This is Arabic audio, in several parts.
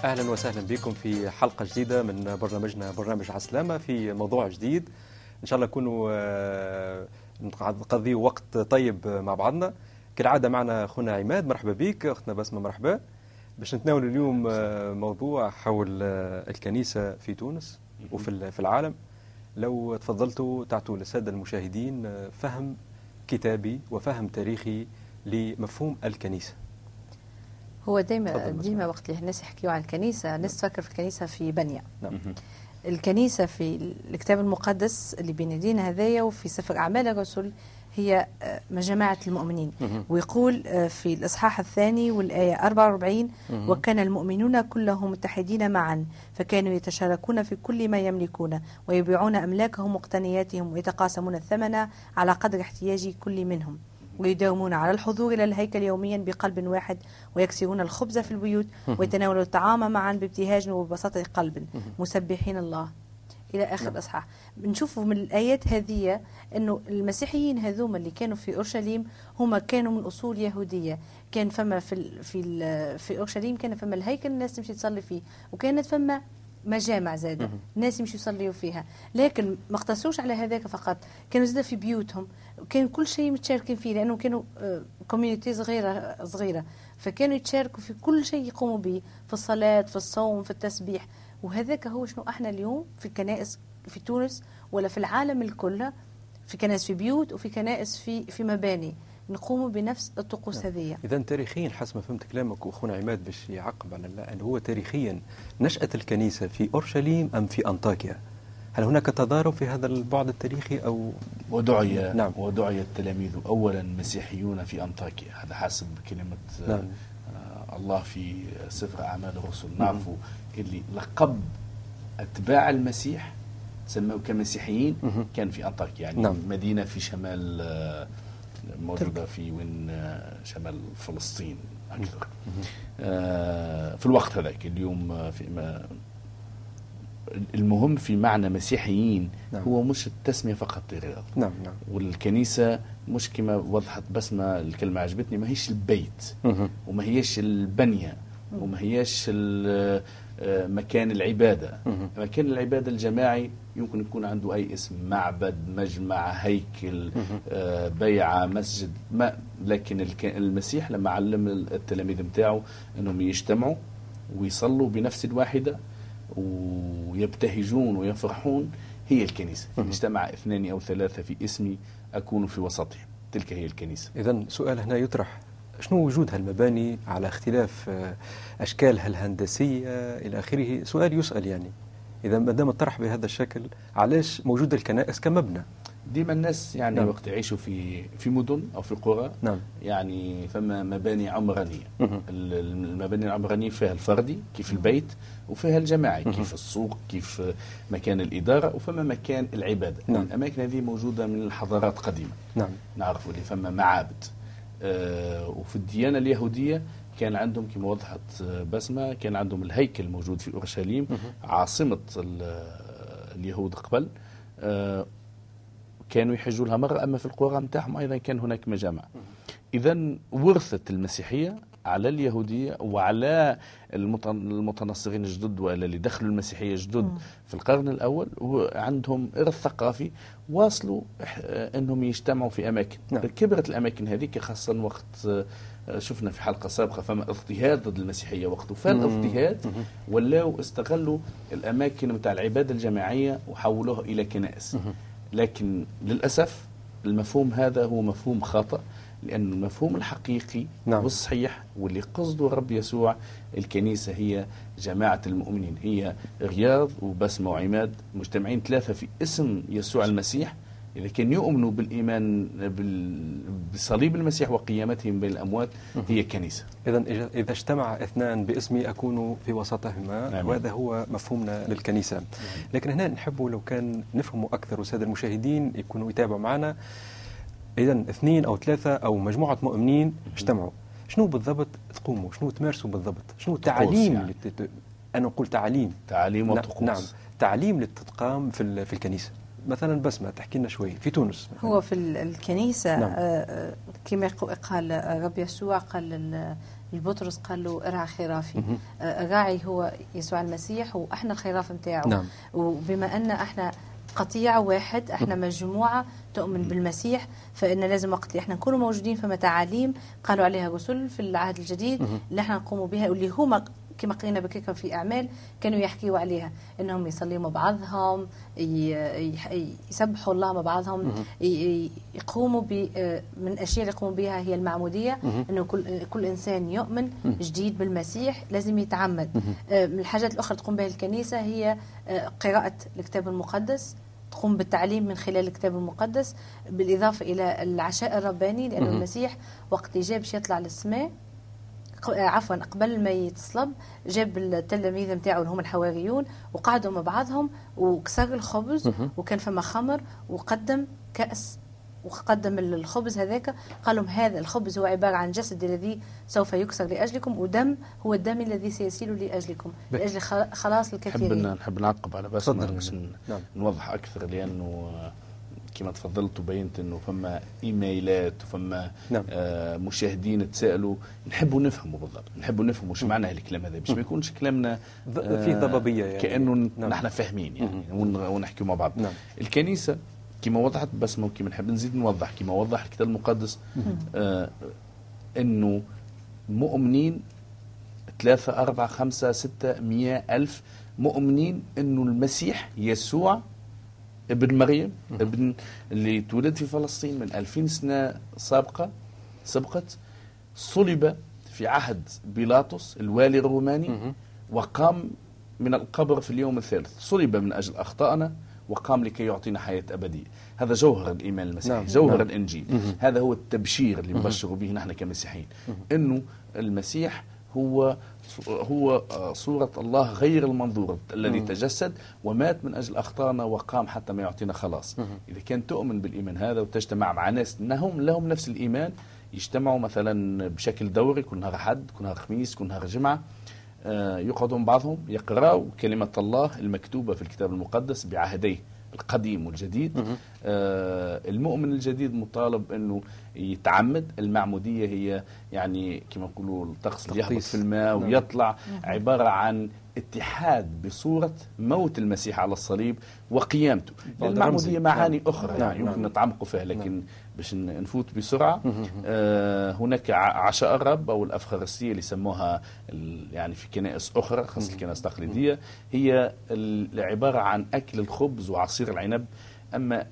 أهلا وسهلا بكم في حلقة جديدة من برنامجنا برنامج عسلامة في موضوع جديد. إن شاء الله نكونوا نقضي وقت طيب مع بعضنا. كالعادة معنا أخونا عماد، مرحبا بك. أختنا بسمة مرحبا. باش نتناول اليوم موضوع حول الكنيسة في تونس وفي العالم. لو تفضلتوا تعطوا للسادة المشاهدين فهم كتابي وفهم تاريخي لمفهوم الكنيسة. هو ديما وقت اللي الناس يحكيوا عن الكنيسة الناس تفكر في الكنيسة في بنية. نعم. الكنيسة في الكتاب المقدس اللي بين يدينا هذايا وفي سفر أعمال الرسل هي جماعة المؤمنين. ويقول في الإصحاح الثاني والآية 44 وكان المؤمنون كلهم متحدين معا فكانوا يتشاركون في كل ما يملكون ويبيعون أملاكهم ومقتنياتهم ويتقاسمون الثمن على قدر احتياج كل منهم ويداومون على الحضور إلى الهيكل يوميا بقلب واحد ويكسرون الخبز في البيوت ويتناولوا الطعام معا بابتهاج وببساطة قلب مسبحين الله إلى آخر الأصحاح. بنشوفوا من الآيات هذه أنه المسيحيين هذوما اللي كانوا في أورشليم هما كانوا من أصول يهودية. كان فما في أورشليم كان فما الهيكل الناس تمشي تصلي فيه، وكانت فما مجامع زادة الناس يمشوا يصليوا فيها، لكن ما اقتصروش على هذاك فقط، كانوا زادة في بيوتهم وكان كل شيء متشاركين فيه لأنه كانوا كوميونيتي صغيرة فكانوا يتشاركوا في كل شيء يقوموا به، في الصلاة في الصوم في التسبيح. وهذاك هو شنو احنا اليوم في الكنائس في تونس ولا في العالم الكل، في كنائس في بيوت وفي كنائس في مباني نقوم بنفس الطقوس هذه. إذا تاريخيا حسب ما فهمت كلامك وأخونا عماد باش يعقب على أن هو تاريخيا نشأة الكنيسة في أورشليم أم في أنطاكيا؟ هل هناك تضارب في هذا البعد التاريخي أو ودعي التلاميذ أولا مسيحيون في أنطاكيا، هذا حسب كلمة الله في سفر أعمال الرسل. نعرف اللي لقب أتباع المسيح تسموا كمسيحيين كان في أنطاكيا، يعني مدينة في شمال موجودة في شمال فلسطين أكثر. في الوقت هذاك اليوم المهم في معنى مسيحيين هو مش التسمية فقط للرياض. والكنيسة مش كما وضحت بسمة الكلمة عجبتني، ما هيش البيت وما هيش البنية وما هيش مكان العبادة. مكان العبادة الجماعي يمكن يكون عنده أي اسم، معبد، مجمع، هيكل، بيعة، مسجد، ما لكن المسيح لما علم التلاميذ متاعه أنهم يجتمعوا ويصلوا بنفس واحدة ويبتهجون ويفرحون، هي الكنيسة. اجتمع 2 أو 3 في اسمي أكون في وسطهم، تلك هي الكنيسة. إذن سؤال هنا يطرح، شنو وجود هالمباني على اختلاف أشكالها الهندسية إلى آخره؟ سؤال يسأل يعني إذا ما دام طرح بهذا الشكل علاش موجود الكنائس كمبنى؟ ديما الناس يعني وقت يعيشوا في مدن أو في قرى يعني فما مباني عمرانية. المباني العمرانية فيها الفردي كيف البيت، وفيها الجماعي كيف السوق، كيف مكان الإدارة، وفما مكان العبادة. الأماكن هذه موجودة من الحضارات قديمة. نعرف اللي فما معابد. وفي الديانة اليهودية كان عندهم كما وضحت بسمة، كان عندهم الهيكل موجود في أورشليم عاصمة اليهود قبل، كانوا يحجوا لها مرة. أما في القرى متاعهم أيضا كان هناك مجامع. إذن ورثت المسيحية على اليهودية وعلى المتنصرين الجدد وعلى اللي دخلوا المسيحية الجدد في القرن الأول، وعندهم إرث ثقافي واصلوا أنهم يجتمعوا في أماكن. كبرت الأماكن هذه خاصة وقت شفنا في حلقة سابقة فما اضطهاد ضد المسيحية وقته، فالاضطهاد ولاو استغلوا الأماكن متاع العبادة الجماعية وحولوها إلى كنائس. لكن للأسف المفهوم هذا هو مفهوم خاطئ، لأن المفهوم الحقيقي والصحيح واللي قصده الرب يسوع الكنيسة هي جماعة المؤمنين، هي رياض وبسمة وعماد مجتمعين 3 في اسم يسوع المسيح. إذا كان يؤمنوا بالإيمان بصليب المسيح وقيامتهم بين الأموات هي كنيسة. إذا اجتمع 2 باسمي أكون في وسطهما، وهذا هو مفهومنا للكنيسة. لكن هنا نحب لو كان نفهموا أكثر والسادة المشاهدين يكونوا يتابعوا معنا. إذا 2 أو 3 أو مجموعة مؤمنين اجتمعوا، شنو بالضبط تقوموا؟ شنو تمارسوا بالضبط؟ شنو التعاليم يعني. أنا أقول تعاليم وطقوس. تعاليم اللي تتقام في الكنيسة. مثلا بسمة تحكي لنا شوي في تونس مثلاً. هو في الكنيسة نعم. كما قال رب يسوع، قال البطرس قال له ارعى خرافي. الراعي هو يسوع المسيح وإحنا الخراف نتاعه. نعم. وبما أن إحنا قطيع واحد، احنا مجموعة تؤمن بالمسيح، فإن لازم وقت اللي احنا نكونوا موجودين فما تعاليم قالوا عليها رسل في العهد الجديد اللي احنا نقوموا بها، واللي هما كما قلنا بكيكا في أعمال كانوا يحكيوا عليها، إنهم يصليوا مع بعضهم، يسبحوا الله مع بعضهم، يقوموا من الأشياء اللي يقوموا بها هي المعمودية، إنه كل إنسان يؤمن جديد بالمسيح لازم يتعمد. من الحاجات الأخرى تقوم بها الكنيسة هي قراءة الكتاب المقدس، تقوم بالتعليم من خلال الكتاب المقدس، بالإضافة إلى العشاء الرباني، لأن المسيح وقت جاء باش يطلع للسماء، عفوا قبل ما يتصلب جاب التلاميذ نتاعو اللي هم الحواريون وقعدوا مع بعضهم وكسر الخبز وكان فما خمر وقدم كأس وقدم الخبز هذاك، قال لهم هذا الخبز هو عبارة عن جسد الذي سوف يكسر لأجلكم، ودم هو الدم الذي سيسيل لأجلكم لأجل خلاص الكثيرين. نحب نعقب على بس نوضح أكثر، لأنه كما تفضلت وبينت انه فما ايميلات وفما مشاهدين تسالوا، نحبوا نفهموا بالضبط، نحبوا نفهموا وش معنى هالكلام هذا، باش ما يكونش كلامنا فيه ضبابيه يعني كانه نحن فاهمين يعني ونحكي مع بعض. الكنيسه كما وضحت بس ممكن نحب نزيد نوضح كما وضح الكتاب المقدس انه مؤمنين 3 4 5 6 100 ألف مؤمنين انه المسيح يسوع ابن مريم، ابن اللي تولد في فلسطين من 2000 سنة سبقت، صلب في عهد بيلاطس الوالي الروماني وقام من القبر في اليوم الثالث، صلب من أجل أخطائنا وقام لكي يعطينا حياة أبدية. هذا جوهر الإيمان المسيحي، جوهر الإنجيل. هذا هو التبشير اللي نبشر به نحن كمسيحيين، إنه المسيح هو صورة الله غير المنظور الذي تجسد ومات من أجل أخطائنا وقام حتى ما يعطينا خلاص. إذا كان تؤمن بالإيمان هذا وتجتمع مع ناس لهم نفس الإيمان، يجتمعوا مثلا بشكل دوري كل نهار حد، كل نهار خميس، كل نهار جمعة، يقعدوا مع بعضهم يقرأوا كلمة الله المكتوبة في الكتاب المقدس بعهديه القديم والجديد. المؤمن الجديد مطالب أنه يتعمد. المعمودية هي يعني كما نقولوا الطقس اللي يهبط في الماء ويطلع، عبارة عن اتحاد بصورة موت المسيح على الصليب وقيامته. المعمودية معاني أخرى يعني يمكن نتعمقوا فيها، لكن باش نفوت بسرعة. هناك عشاء الرب أو الأفخارستية اللي يسموها يعني في كنائس أخرى خاصة الكنائس التقليدية، هي عبارة عن أكل الخبز وعصير العنب. أما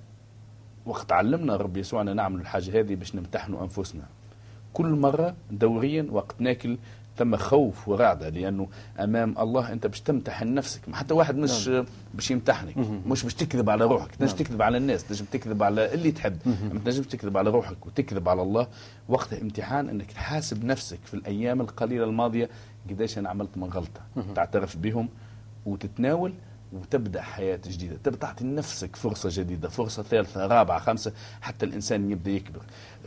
وقت علمنا الرب يسوع أن نعمل الحاجة هذه باش نمتحنوا أنفسنا كل مرة دوريا. وقت ناكل ثم خوف ورعدة، لأنه أمام الله أنت باش تمتحن نفسك، حتى واحد مش باش يمتحنك، مش باش تكذب على روحك، تنجم تكذب على الناس، تنجم تكذب على اللي تحب، ما تنجمش تكذب على روحك وتكذب على الله. وقت امتحان أنك تحاسب نفسك في الأيام القليلة الماضية قديش أنا عملت من غلطة، تعترف بهم وتتناول وتبدأ حياة جديدة، تبدأ تعطي نفسك فرصة جديدة، فرصة ثالثة رابعة خمسة حتى الإنسان يبدأ يكبر.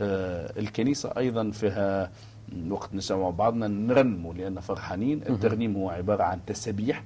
الكنيسة أيضا فيها وقت نجمع بعضنا نرنموا لأن فرحانين. الترنيم هو عبارة عن تسبيح،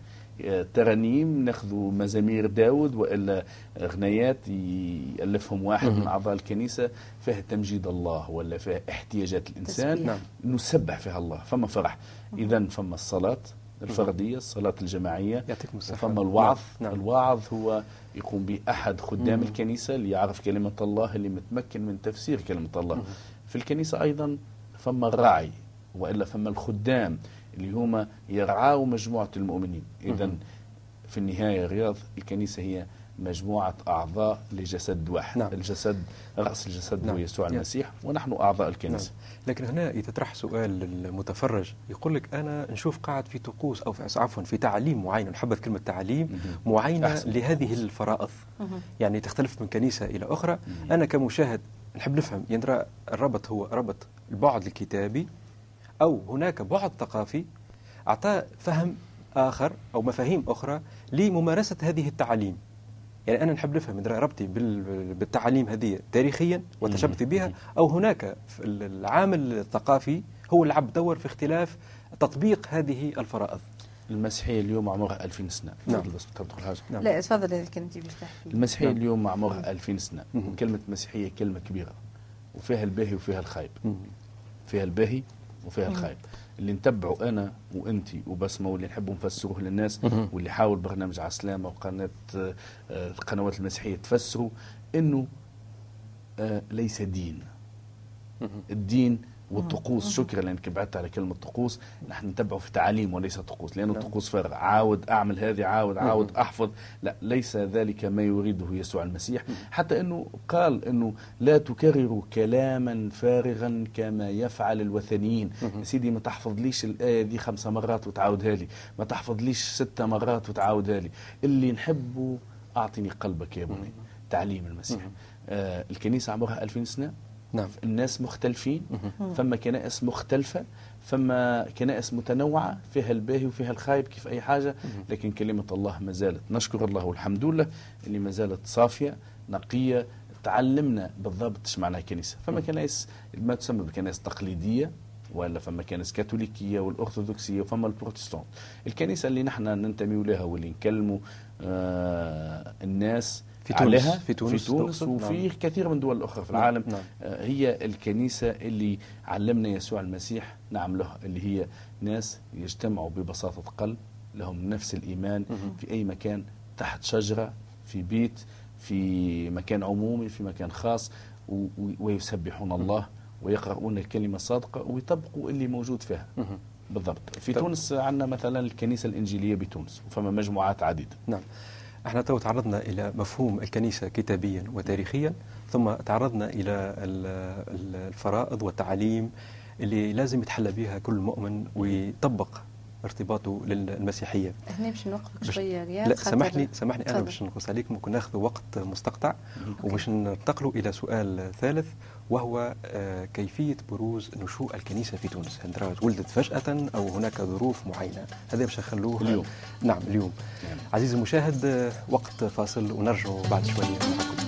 ترانيم، ناخذوا مزامير داود وإلا غنايات يألفهم واحد من أعضاء الكنيسة فيها تمجيد الله ولا فيها احتياجات الإنسان نسبح فيها الله. فما فرح. إذن فما الصلاة الفردية، الصلاة الجماعية، وفما الوعظ. الوعظ هو يقوم به أحد خدام الكنيسة اللي يعرف كلمة الله، اللي متمكن من تفسير كلمة الله. في الكنيسة أيضا فما الراعي وإلا فما الخدام اللي هما يرعاوا مجموعة المؤمنين. إذن في النهاية رياض الكنيسة هي مجموعة أعضاء لجسد واحد. الجسد رأس الجسد هو يسوع المسيح ونحن أعضاء الكنيسة. لكن هنا يتطرح سؤال للمتفرج، يقول لك أنا نشوف قاعد في طقوس أو عفوا في تعاليم معينة، نحبذ كلمة تعاليم معينة لهذه الفرائض، يعني تختلف من كنيسة إلى أخرى. أنا كمشاهد نحب نفهم يندرى الربط هو ربط البعد الكتابي أو هناك بعد ثقافي أعطى فهم آخر أو مفاهيم أخرى لممارسة هذه التعاليم. يعني أنا نحب نفهم ربطي بالتعاليم هذه تاريخيا وتشبثي بها، أو هناك العامل الثقافي هو اللي لعب دور في اختلاف تطبيق هذه الفرائض. المسيحية اليوم عمرها 2000 سنة. نعم. بس تدخل حاجة. نعم. لا تفضل إذا كنت باش تحكي. المسيحية نعم. اليوم عمرها 2000 سنة. مم. كلمة مسيحية كلمة كبيرة وفيها الباهي وفيها الخايب. مم. فيها الباهي وفيها الخايب. اللي نتبعه أنا وأنتي وبسمة واللي نحبوا نفسروه للناس واللي حاول برنامج عسلامة وقناة القنوات المسيحية تفسروا إنه ليس دين. الدين والطقوس، شكرا لانك بعدت على كلمه طقوس، نحن نتبعه في تعاليم وليس طقوس، لانه الطقوس فرق، عاود اعمل هذه، عاود احفظ، لا، ليس ذلك ما يريده يسوع المسيح. حتى انه قال انه لا تكرروا كلاما فارغا كما يفعل الوثنيين. سيدي ما تحفظليش الايه دي 5 مرات وتعاودها لي، ما تحفظليش 6 مرات وتعاودها لي، اللي نحبه اعطني قلبك يا بني. تعليم المسيح. الكنيسه عمرها 2000 سنه. نعم. الناس مختلفين، فما كنائس مختلفة، فما كنائس متنوعة فيها الباهي وفيها الخايب كيف أي حاجة، لكن كلمة الله ما زالت، نشكر الله والحمد لله اللي ما زالت صافية نقية. تعلمنا بالضبط ايش معناها كنيسة. فما كنائس ما تسمى بكنائس تقليدية، ولا فما كنائس كاثوليكية والأرثوذكسية، وفما البروتستانت. الكنيسة اللي نحن ننتمي لها واللي نكلموا الناس في تونس. في تونس وفي نعم. كثير من دول الأخرى في العالم. نعم. هي الكنيسة اللي علمنا يسوع المسيح نعملها، اللي هي ناس يجتمعوا ببساطة قلب، لهم نفس الإيمان في أي مكان، تحت شجرة، في بيت، في مكان عمومي، في مكان خاص، ويسبحون الله ويقرؤون الكلمة الصادقة ويطبقوا اللي موجود فيها. بالضبط. في تونس عندنا مثلا الكنيسة الإنجيلية بتونس، وفما مجموعات عديدة. نعم. احنا تو تعرضنا إلى مفهوم الكنيسة كتابيا وتاريخيا، ثم تعرضنا إلى الفرائض والتعاليم اللي لازم يتحلى بها كل مؤمن ويطبق ارتباطه للمسيحية. هنا باش نوقفك شوية رياض. لا سامحني أنا باش نقص عليك، ممكن ناخذ وقت مستقطع وباش ننتقلوا إلى سؤال ثالث، وهو كيفية بروز نشوء الكنيسة في تونس. هل ولدت فجأة أو هناك ظروف معينة؟ هذا باش نخلوه اليوم. نعم اليوم. عزيزي المشاهد، وقت فاصل ونرجع بعد شوية معكم.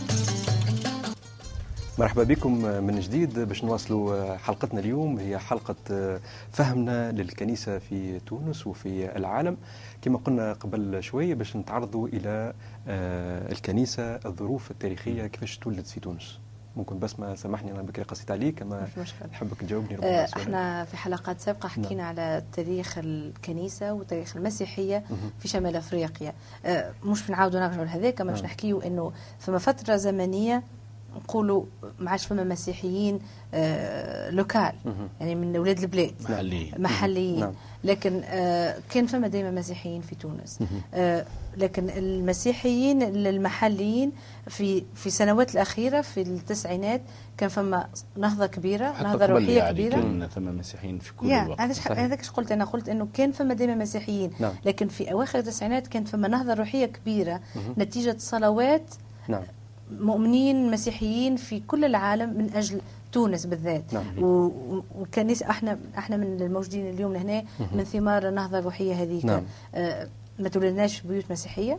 مرحبا بكم من جديد باش نواصلوا حلقتنا اليوم. هي حلقة فهمنا للكنيسة في تونس وفي العالم. كما قلنا قبل شوية باش نتعرضوا إلى الكنيسة، الظروف التاريخية كيفاش تولدت في تونس. ممكن بس ما سامحني أنا بكري قصيت عليك، أما نحبك تجاوبني. احنا في حلقات سابقة حكينا على تاريخ الكنيسة وتاريخ المسيحية في شمال أفريقيا. مش بنعاودوا نرجعوا لهذاك، ما باش نحكيوا إنه فما فترة زمنية نقولوا ما عادش فما مسيحيين لوكال، يعني من اولاد البلاد محليين. نعم. لكن كان فما دائما مسيحيين في تونس. لكن المسيحيين المحليين في السنوات الاخيره في التسعينات كان فما نهضه كبيره، نهضه روحيه يعني كبيره. كان فما مسيحيين في كل الوقت. هذاك قلت انا، قلت انه كان فما دائما مسيحيين. نعم. لكن في اواخر التسعينات كانت فما نهضه روحيه كبيره نتيجه صلوات. نعم. مؤمنين مسيحيين في كل العالم من أجل تونس بالذات. نعم. والكنيسة احنا من الموجودين اليوم هنا من ثمار النهضة الروحية هذيك. نعم. ما تولدناش في بيوت مسيحية،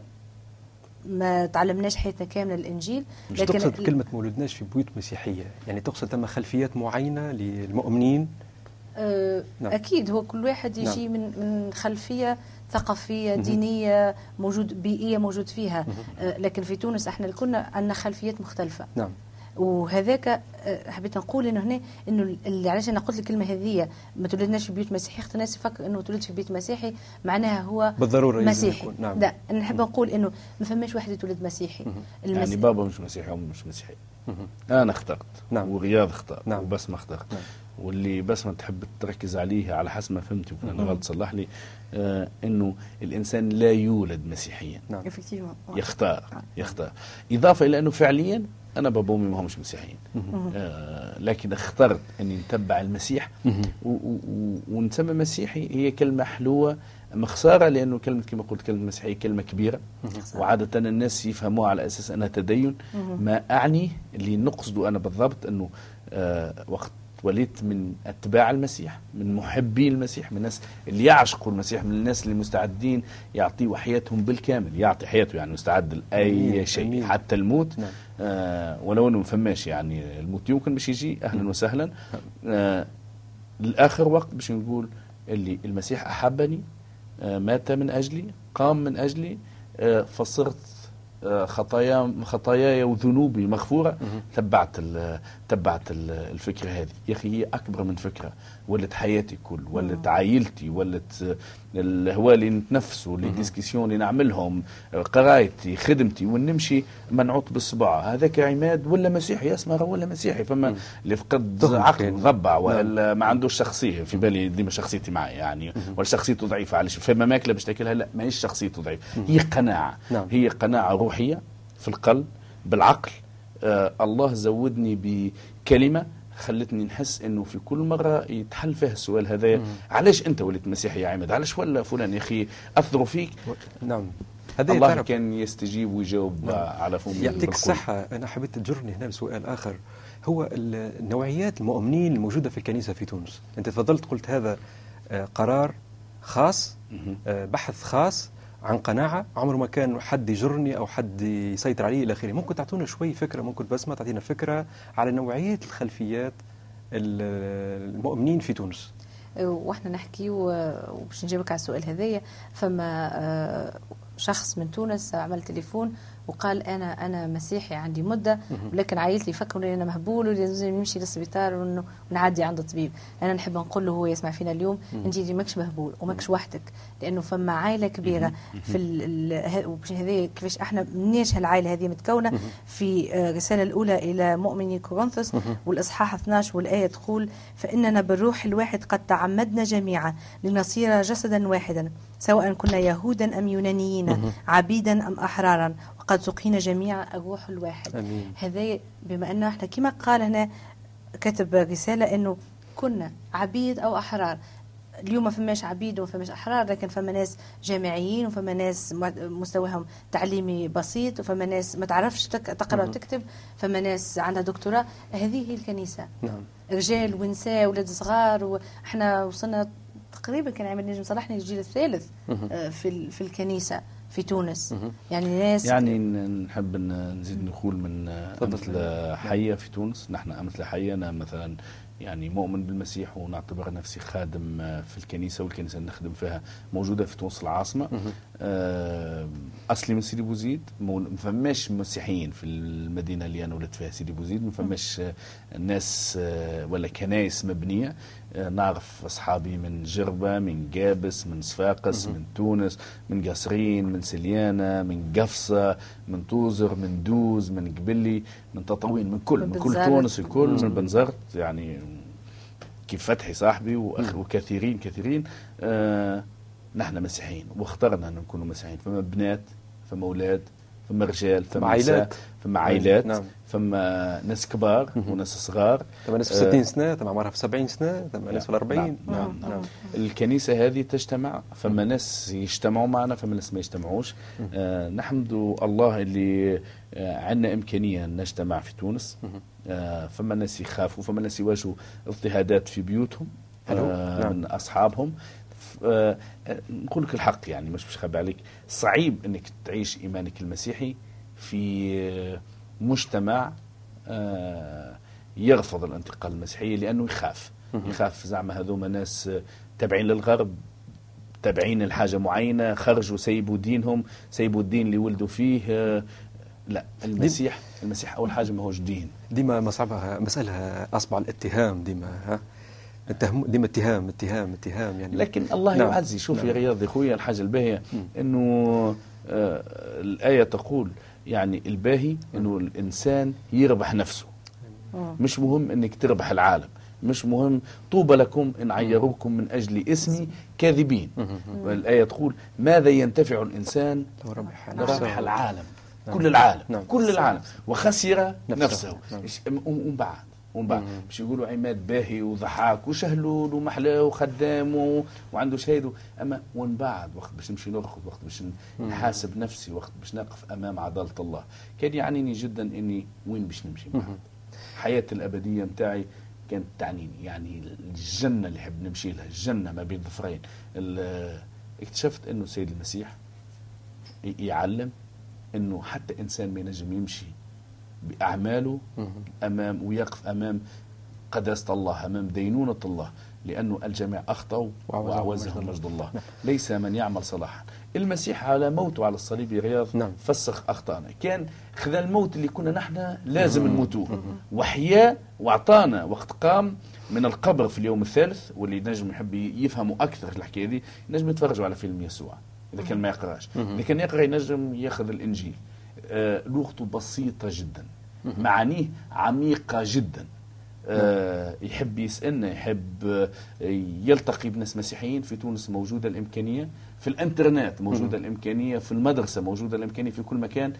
ما تعلمناش حياتنا كاملة الإنجيل. مش تقصد كلمة ما ولدناش في بيوت مسيحية، يعني تقصد ثم خلفيات معينة للمؤمنين؟ نعم. أكيد هو كل واحد يجي نعم. من خلفية ثقافية دينية موجود، بيئية موجود فيها. لكن في تونس احنا كنا عندنا خلفيات مختلفة. نعم. وهذاك حبيت نقول انه هنا انه اللي علاش انا قلت الكلمه هذه ما تولدناش في بيوت مسيحي، خاطر الناس يفكر انه تولد في بيت مسيحي معناها هو بالضروره مسيحي. نعم. لا، انا نحب نقول انه ما فماش واحد يتولد مسيحي. يعني بابا مش مسيحي وام مش مسيحي. انا اخترت. نعم. ورياض اختار. نعم. وبس ما اخترت. نعم. واللي بس ما تحب تركز عليه على حسب ما فهمت، وكان غلط صلح لي، انه الانسان لا يولد مسيحيا. نعم. يختار. اضافه الى انه فعليا انا بابا وامي ما همش مسيحيين. لكن اخترت اني نتبع المسيح ونسمى مسيحي. هي كلمه حلوه، خساره، لانه كلمه كما قلت كلمه مسيحيه كلمه كبيره، وعاده الناس يفهموها على اساس انها تدين. ما اعني اللي نقصده انا بالضبط انه وقت وليت من أتباع المسيح، من محبي المسيح، من الناس اللي يعشقوا المسيح، من الناس اللي مستعدين يعطيوا حياتهم بالكامل. يعطي حياته يعني مستعد لأي شيء حتى الموت. نعم. ولو أنه مفهماش يعني الموت يمكن باش يجي أهلا وسهلا. للآخر وقت باش نقول اللي المسيح أحبني مات من أجلي، قام من أجلي، فصرت خطاياي وذنوبي مغفورة. تبعت الفكرة هذه. يا أخي هي أكبر من فكرة، ولت حياتي كل، ولت عائلتي، ولت الهواء اللي نتنفسه، اللي ديسكسيون اللي نعملهم، قرايتي، خدمتي، ونمشي منعوط بالصباع. هذاك عماد ولا مسيحي أسمر ولا مسيحي، فما اللي فقد عقل غبع ولا ما عندوش شخصية. في بالي ديما شخصيتي معي يعني، ولا شخصيته ضعيفة. علاش فما ماكلة باش تاكلها؟ لا، ما هيش شخصيته ضعيفة، هي قناعة. هي قناعة روحية في القلب بالعقل. الله زودني بكلمة خلتني نحس انه في كل مرة يتحل فيها السؤال هذا، علاش انت وليت مسيحي يا عماد؟ علاش ولا فلان يا اخي اثروا فيك؟ نعم، الله كان يستجيب ويجاوب على فمي. يعطيك الصحة. أنا حبيت تجرني هنا لسؤال آخر، هو نوعيات المؤمنين الموجودة في الكنيسة في تونس. أنت تفضلت قلت هذا قرار خاص، بحث خاص عن قناعة، عمره ما كان حد يجرني أو حد يسيطر عليه إلى آخره. ممكن تعطونا شوي فكرة، ممكن بسمة تعطينا فكرة على نوعية الخلفيات المؤمنين في تونس؟ واحنا نحكي وباش نجيبك على السؤال هذايا. فما شخص من تونس عمل تليفون وقال انا مسيحي عندي مده، ولكن عائلتي يفكروا اني انا مهبول ولازم نمشي للسبيطار ونعدي عند الطبيب. انا نحب نقول له، هو يسمع فينا اليوم، انت ماكش مهبول وماكش وحدك، لانه فما عائله كبيره في هذه. كيفاش احنا منيش هالعائله هذه متكونه؟ في الرساله الاولى الى مؤمني كورنثوس والاصحاح 12 والايه تقول: فاننا بالروح الواحد قد تعمدنا جميعا لنصير جسدا واحدا، سواء كنا يهودا ام يونانيين، عبيدا ام احرارا، وقد سقينا جميعا الروح الواحد. هذا بما أنه احنا كما قال هنا كتب رسالة أنه كنا عبيد أو أحرار. اليوم ما فماش عبيد وما فماش أحرار، لكن فما ناس جامعيين وفما ناس مستواهم تعليمي بسيط وفما ناس ما تعرفش تقرأ وتكتب، فما ناس عندها دكتوراه. هذه هي الكنيسة. رجال ونساء ولاد صغار، وإحنا وصلنا تقريبا كان عمل نجم صلاحنا الجيل الثالث في الكنيسة في تونس. يعني ناس يعني نحب نزيد نقول من أمثلة حية في تونس. نحن أمثلة حية. أنا مثلا يعني مؤمن بالمسيح ونعتبر نفسي خادم في الكنيسة، والكنيسة اللي نخدم فيها موجودة في تونس العاصمة. أصلي من سيدي بوزيد، ما فماش مسيحيين في المدينة اللي أنا ولدت فيها سيدي بوزيد، ما فماش ناس ولا كنائس مبنية. نعرف أصحابي من جربة، من جابس، من صفاقس، من تونس، من قصرين، من سليانة، من قفصة، من توزر، من دوز، من قبلي، من تطاوين، من كل تونس الكل، من بنزرت. يعني كيف فتحي صاحبي وكثيرين كثيرين. نحن مسيحيين واخترنا أن نكون مسيحيين. فما بنات، فما أولاد، فما رجال، فما عائلات، فما عائلات، نعم. فما ناس كبار وناس صغار. فما ناس في 60 سنة، فما عمرها في 70 سنة، فما ناس في 40. نعم. الكنيسة هذه تجتمع، فما ناس يجتمعوا معنا، فما ناس ما يجتمعوش. نحمد الله اللي عندنا إمكانية نجتمع في تونس. فما ناس يخافوا، فما ناس يواجهوا اضطهادات في بيوتهم من أصحابهم. نقول لك الحق، يعني مش خبي عليك، صعيب انك تعيش ايمانك المسيحي في مجتمع يرفض الانتقال المسيحي، لانه يخاف زعما هذوما ناس تابعين للغرب، تابعين لحاجه معينه، خرجوا سيبوا دينهم، سيبوا الدين اللي ولدوا فيه. لا، المسيح اول حاجه ما هوش دين. ديما مصعبها مساله اصبع الاتهام، ديما ديما اتهام يعني. لكن الله يعزي. شوف يا رياض خويا، الحاجة الباهية انه الآية تقول يعني الباهي انه الانسان يربح نفسه. مش مهم انك تربح العالم، مش مهم. طوبى لكم ان عيروكم من اجل اسمي كاذبين. الآية تقول ماذا ينتفع الانسان لو ربح العالم، كل العالم، كل العالم، وخسر نفسه. ومن بعد باش يقولوا عماد باهي وضحاك وشهلول ومحلاه وخدام وعنده شهيد، اما ومن بعد وقت باش نمشي نرقد، وقت باش نحاسب نفسي، وقت باش نقف امام عداله الله، كان يعنيني جدا اني وين باش نمشي بعد. حياتي الابديه نتاعي كانت تعنيني، يعني الجنه اللي حب نمشي لها، الجنه ما بين ظفرين. اكتشفت انه السيد المسيح يعلم انه حتى انسان ما ينجم يمشي بأعماله أمام ويقف أمام قداسة الله، أمام دينونة الله، لأنه الجميع أخطأوا وأعوزهم مجد الله. نعم. ليس من يعمل صلاحا. المسيح على موته على الصليب رياض نعم. فسخ أخطأنا، كان خذ الموت اللي كنا نحن لازم نموتوه وحياه، وأعطانا وقت قام من القبر في اليوم الثالث. واللي نجم يحب يفهموا أكثر الحكاية دي نجم يتفرجوا على فيلم يسوع إذا كان ما يقراش. إذا كان يقرأ ينجم ياخذ الإنجيل. لغته بسيطة جدا، معانيه عميقة جدا. يحب يسألنا، يحب يلتقي بناس مسيحيين. في تونس موجودة الإمكانية، في الإنترنت موجودة الإمكانية، في المدرسة موجودة الإمكانية، في كل مكان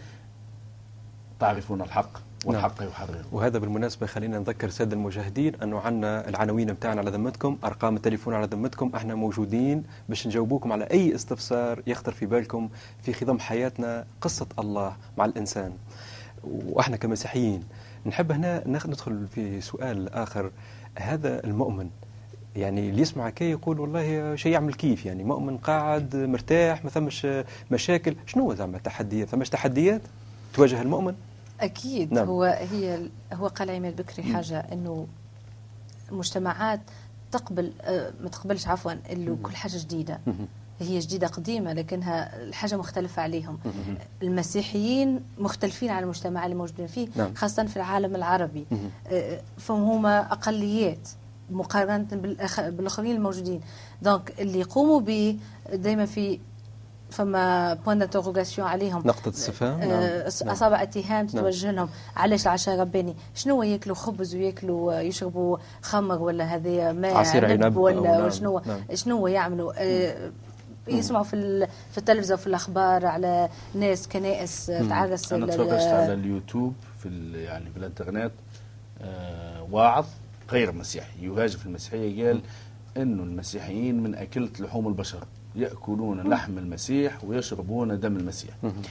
تعرفون الحق والحق يحرر. وهذا بالمناسبة خلينا نذكر السادة المشاهدين أنه عندنا العناوين متاعنا على ذمتكم، أرقام التليفون على ذمتكم، احنا موجودين باش نجاوبوكم على أي استفسار يخطر في بالكم في خضم حياتنا قصة الله مع الإنسان. وإحنا كمسيحيين نحب هنا ندخل في سؤال آخر. هذا المؤمن يعني اللي يسمع كي يقول والله شيء يعمل كيف، يعني مؤمن قاعد مرتاح ما ثمش مشاكل، شنو زعما تحديات؟ ثمش تحديات تواجه المؤمن؟ أكيد. نعم. هو قال عماد بكري حاجة أنه المجتمعات تقبل ما تقبلش عفوا اللي كل حاجة جديدة. هي جديدة قديمة لكنها الحاجة مختلفة عليهم. المسيحيين مختلفين عن المجتمع اللي موجودين فيه. نعم. خاصة في العالم العربي. فهم أقليات مقارنة بالآخرين الموجودين. دونك اللي يقوموا به دائما فما بوان انتروغاسيون عليهم، نقطة استفهام. أصابع اتهام تتوجه لهم. علاش العشاء رباني؟ شنو ياكلوا خبز وياكلوا يشربوا خمر ولا هذه ماء عصير عنب ولا شنو؟ شنو يعملوا؟ يسمعوا في التلفزيون وفي الأخبار على ناس كنائس تعرس. أنا تفرجت على اليوتيوب يعني في الانترنت واعظ غير مسيحي يهاجم المسيحية، قال إنه المسيحيين من أكلة لحوم البشر، يأكلون لحم المسيح ويشربون دم المسيح.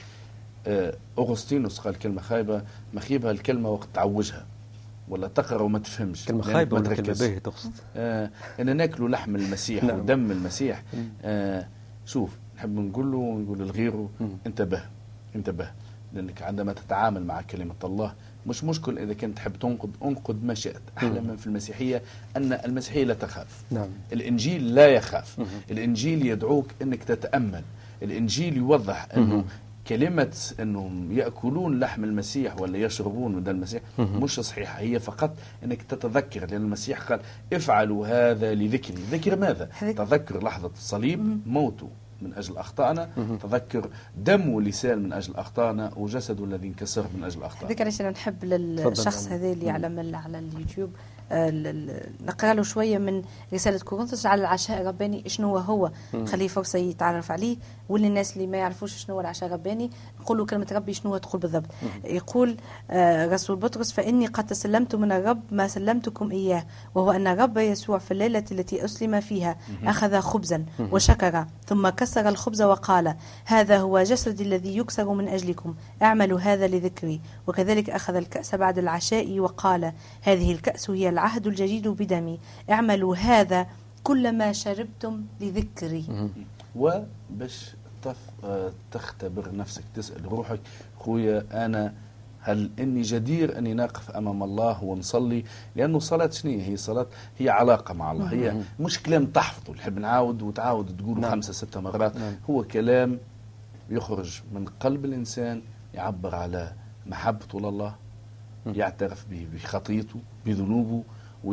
أغسطينوس قال كلمة خايبة، مخيبها الكلمة وقت تعوجها ولا تقرأ وما تفهمش. كلمة خايبة ما تركز به تقصد إن ناكلوا لحم المسيح ودم المسيح. شوف نحب نقول له ونقول لغيره انتبه، لأنك عندما تتعامل مع كلمة الله مش مشكل إذا كنت تحب انقد ما شئت. أحلى من في المسيحية أن المسيحية لا تخاف. نعم. الإنجيل لا يخاف. الإنجيل يدعوك أنك تتأمل. الإنجيل يوضح أنه كلمة أنهم يأكلون لحم المسيح ولا يشربون من دم المسيح مش صحيحة، هي فقط أنك تتذكر، لأن المسيح قال افعلوا هذا لذكري. ذكر ماذا؟ تذكر لحظة الصليب، موته من أجل أخطائنا، تذكر دم ولسان من أجل أخطائنا، وجسد الذي انكسر من أجل أخطائنا. هذيك علاش أنا نحب للشخص هذا اللي على اليوتيوب نقرأ له شوية من رسالة كورنثوس على العشاء الرباني شنو هو، خليه فرصة يتعرف عليه. واللي الناس اللي ما يعرفوش شنو هو العشاء الرباني نقولوا كلمة ربي شنو تقول بالضبط. يقول رسول بطرس: فإني قد تسلمت من الرب ما سلمتكم إياه، وهو أن الرب يسوع في الليلة التي أسلم فيها أخذ خبزا وشكر ثم كسر الخبز وقال: هذا هو جسدي الذي يكسر من أجلكم، اعملوا هذا لذكري. وكذلك أخذ الكأس بعد العشاء وقال: هذه الكأس هي العهد الجديد بدمي، اعملوا هذا كلما شربتم لذكري. وباش تختبر نفسك، تسأل روحك: خويا أنا هل إني جدير أني نقف أمام الله ونصلي؟ لأنه صلاة شنو هي؟ صلاة هي علاقة مع الله، هي مش كلام تحفظه نحب نعاود وتعاود تقوله 5-6 مرات. هو كلام يخرج من قلب الإنسان، يعبر على محبته لله، يعترف بخطيته بذنوبه،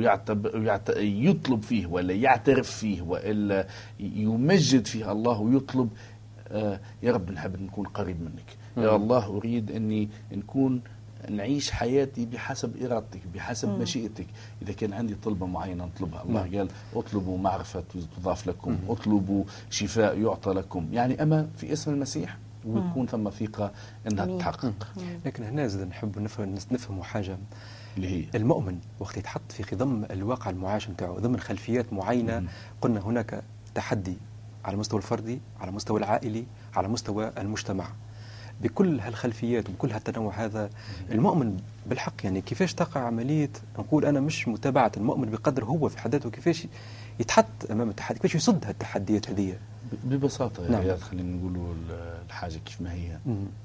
ويطلب فيه ولا يعترف فيه وإلا يمجد فيه الله، ويطلب يا رب نحب نكون قريب منك، يا الله أريد أني نعيش حياتي بحسب إرادتك بحسب مشيئتك. إذا كان عندي طلبة معينة نطلبها، الله قال اطلبوا معرفة تضاف لكم، اطلبوا شفاء يعطى لكم، يعني أما في اسم المسيح ويكون ثم ثقة أنها تتحقق. لكن هنا نحب نفهم حاجة اللي هي المؤمن وقت يتحط في خضم الواقع المعاش نتاعو ضمن خلفيات معينة. قلنا هناك تحدي على المستوى الفردي، على المستوى العائلي، على مستوى المجتمع. بكل هالخلفيات وبكل هالتنوع هذا المؤمن بالحق يعني كيفاش تقع عملية نقول أنا مش متابعة المؤمن بقدر هو في حداته، كيفاش يتحط أمام التحدي، كيفاش يصد هالتحديات هذه ببساطة. يا رياض خلينا نقولوا الحاجة كيف ما هي.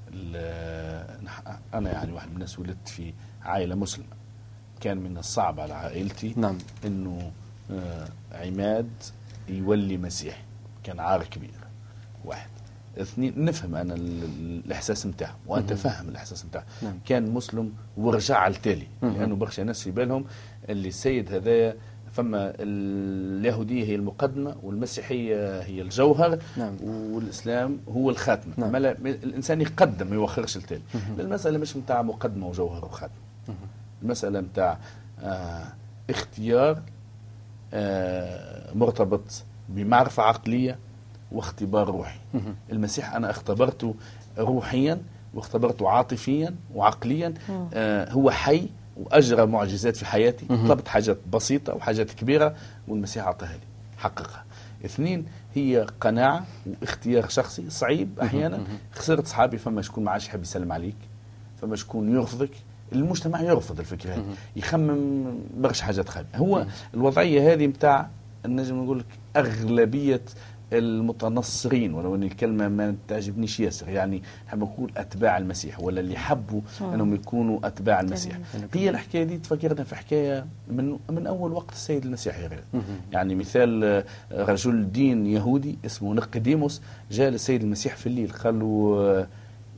أنا يعني واحد من الناس ولدت في عائلة مسلمة، كان من الصعب على عائلتي إنه عماد يولي مسيحي، كان عار كبير. واحد. اثنين، نفهم انا الاحساس نتاعه وانت فاهم الاحساس نتاعه. كان مسلم ورجع على التالي، لانه برشا ناس في بالهم اللي السيد هذايا فما اليهوديه هي المقدمه والمسيحيه هي الجوهر، والاسلام هو الخاتمه. الانسان يقدم ما يوخرش التالي. المساله مش نتاع مقدمه وجوهر وخاتمه، المساله نتاع اختيار مرتبط بمعرفه عقليه واختبار روحي. المسيح أنا اختبرته روحيا واختبرته عاطفيا وعقليا. هو حي وأجرى معجزات في حياتي. طلبت حاجات بسيطة وحاجات كبيرة والمسيح أعطاها لي، حققها. اثنين، هي قناعة واختيار شخصي صعيب أحيانا. خسرت صحابي، فما شكون ما عادش يحب يسلم عليك، فما شكون يرفضك. المجتمع يرفض الفكرة هذه، يخمم برشا حاجات خايبة. هو الوضعية هذه متاع نجم نقول لك أغلبية المتنصرين، ولو ان الكلمه ما تعجبنيش ياسر، يعني نحب نقول اتباع المسيح ولا اللي حبوا انهم يكونوا اتباع المسيح. هي الحكايه دي تفكرنا في حكايه من اول وقت السيد المسيح يا غير. يعني مثال رجل دين يهودي اسمه نقديموس جاء للسيد المسيح في الليل، قال له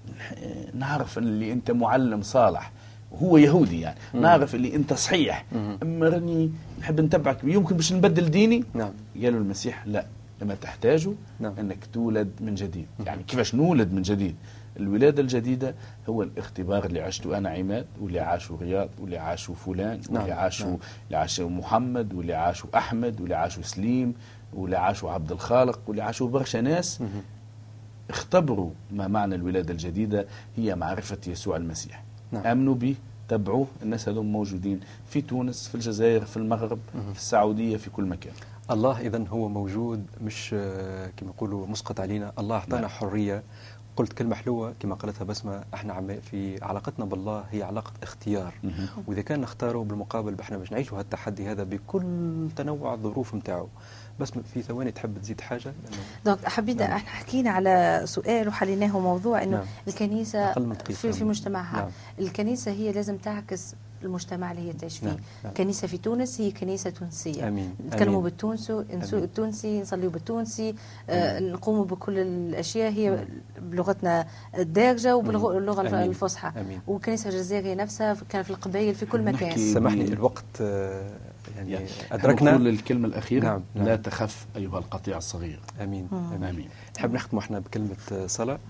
نعرف اللي انت معلم صالح، هو يهودي يعني. نعرف اللي انت صحيح، اما راني نحب نتبعك، يمكن باش نبدل ديني. قالوا المسيح لا، لما تحتاجه أنك تولد من جديد. يعني كيفاش نولد من جديد؟ الولادة الجديدة هو الاختبار اللي عشته أنا عماد، واللي عاشوا رياض، واللي عاشوا فلان، واللي عاشوا محمد، واللي عاشوا أحمد، واللي عاشوا سليم، واللي عاشوا عبد الخالق، واللي عاشوا برشا ناس اختبروا ما معنى الولادة الجديدة. هي معرفة يسوع المسيح. آمنوا به، تبعوه. الناس هذول موجودين في تونس، في الجزائر، في المغرب، في السعودية، في كل مكان. الله إذن هو موجود، مش كما يقولوا مسقط علينا. الله أعطانا حرية. قلت كلمة حلوة كما قالتها بسمة، احنا في علاقتنا بالله هي علاقة اختيار. وإذا كان نختاره بالمقابل احنا باش نعيشوا هالتحدي هذا بكل تنوع الظروف نتاعو. بس في ثواني تحب تزيد حاجة؟ دونك حبينا احنا حكينا على سؤال وحليناه موضوع انه الكنيسة في مجتمعها. الكنيسة هي لازم تعكس المجتمع اللي هي تعيش فيه. كنيسة في تونس هي كنيسة تونسية. نتكلموا بالتونسي، نصليوا بالتونسي، نقوموا بكل الأشياء هي بلغتنا الدارجة وباللغة الفصحى. والكنيسة الجزائرية نفسها كان في القبائل في كل مكان. سامحني الوقت يعني أدركنا. نقول الكلمة الأخيرة. لا تخف أيها القطيع الصغير. آمين. آمين. نحب نختم احنا بكلمة صلاة.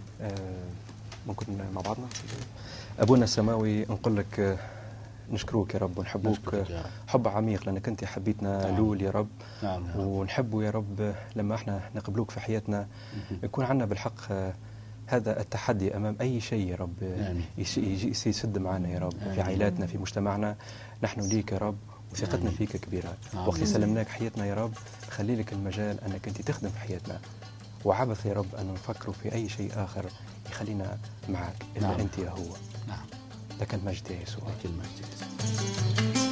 ممكن مع بعضنا. أبونا السماوي نقول لك نشكروك يا رب ونحبوك حب عميق، لأنك أنت حبيتنا لول يا رب. ونحبوا يا رب لما احنا نقبلوك في حياتنا يكون عنا بالحق هذا التحدي أمام أي شيء يا رب يسد معنا يا رب في عائلاتنا، في مجتمعنا. نحن ليك يا رب وثقتنا فيك كبيرة. وقت سلمناك حياتنا يا رب خلي لك المجال أنك أنت تخدم في حياتنا. وعبث يا رب أن نفكروا في أي شيء آخر يخلينا معك إلا أنت يا هو. لك المجد يا يسوع. لك المجد يا يسوع.